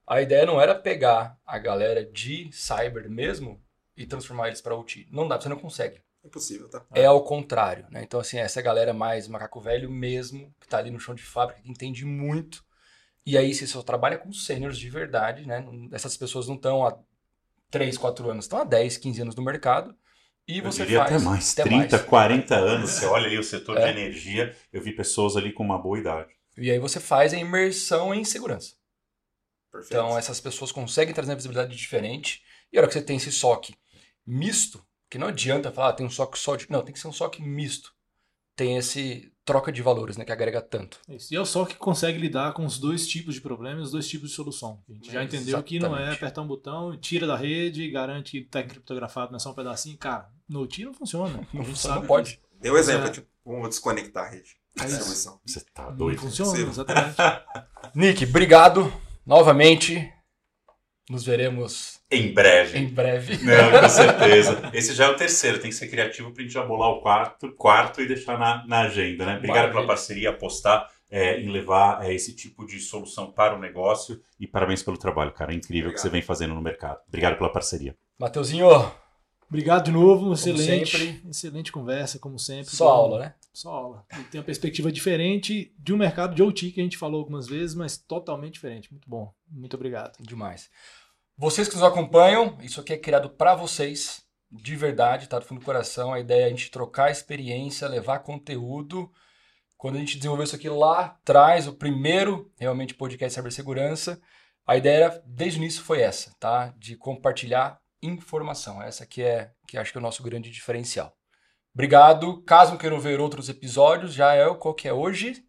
A ideia não era pegar a galera de cyber mesmo e transformar eles para O T. Não dá, você não consegue. É possível, tá? É ao contrário, né? Então, assim, essa galera mais macaco velho mesmo, que tá ali no chão de fábrica, que entende muito. E aí, você só trabalha com sêniors de verdade, né? Essas pessoas não estão há três, quatro anos, estão há dez, quinze anos no mercado. E Eu você diria faz até mais, até trinta, mais. quarenta anos. Você olha ali o setor É. de energia, eu vi pessoas ali com uma boa idade. E aí você faz a imersão em segurança. Perfeito. Então, essas pessoas conseguem trazer uma visibilidade diferente. E a hora que você tem esse S O C misto, que não adianta falar, ah, tem um S O C só de... Não, tem que ser um S O C misto. Tem esse troca de valores, né, que agrega tanto. Isso. E é o S O C que consegue lidar com os dois tipos de problema e os dois tipos de solução. A gente já entendeu que não é Exatamente. apertar um botão, tira da rede, garante que está criptografado, não é só um pedacinho. Cara, no O T não funciona. Não a gente funciona, sabe não pode. que Deu exemplo, É. tipo, vamos desconectar a rede. É isso. Distribuição. Você tá não doido. funciona, Sim. exatamente. Nick, obrigado novamente. Nos veremos Em breve. em breve. Não, com certeza. Esse já é o terceiro, tem que ser criativo pra gente já bolar o quarto, quarto e deixar na, na agenda, né? Obrigado Maravilha. pela parceria, apostar é, em levar é, esse tipo de solução para o negócio e parabéns pelo trabalho, cara. É incrível o que Obrigado. você vem fazendo no mercado. Obrigado pela parceria. Mateuzinho, Obrigado de novo, excelente. sempre. Excelente conversa, como sempre. só aula, né? Só aula. E tem uma perspectiva diferente de um mercado de O T que a gente falou algumas vezes, mas totalmente diferente. Muito bom. Muito obrigado. Demais. Vocês que nos acompanham, isso aqui é criado para vocês, de verdade, tá do fundo do coração. A ideia é a gente trocar experiência, levar conteúdo. Quando a gente desenvolveu isso aqui lá atrás, o primeiro realmente podcast de cibersegurança, a ideia desde o início foi essa, tá? De compartilhar informação. Essa que é, que acho que é o nosso grande diferencial. Obrigado. Caso queiram ver outros episódios, já é o qual que é hoje.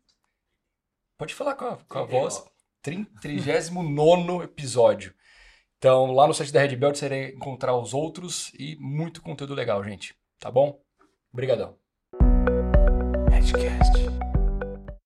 Pode falar com a, com a voz. trigésimo nono episódio. Então, lá no site da Red Belt você vai encontrar os outros e muito conteúdo legal, gente. Tá bom? Obrigadão. Redcast.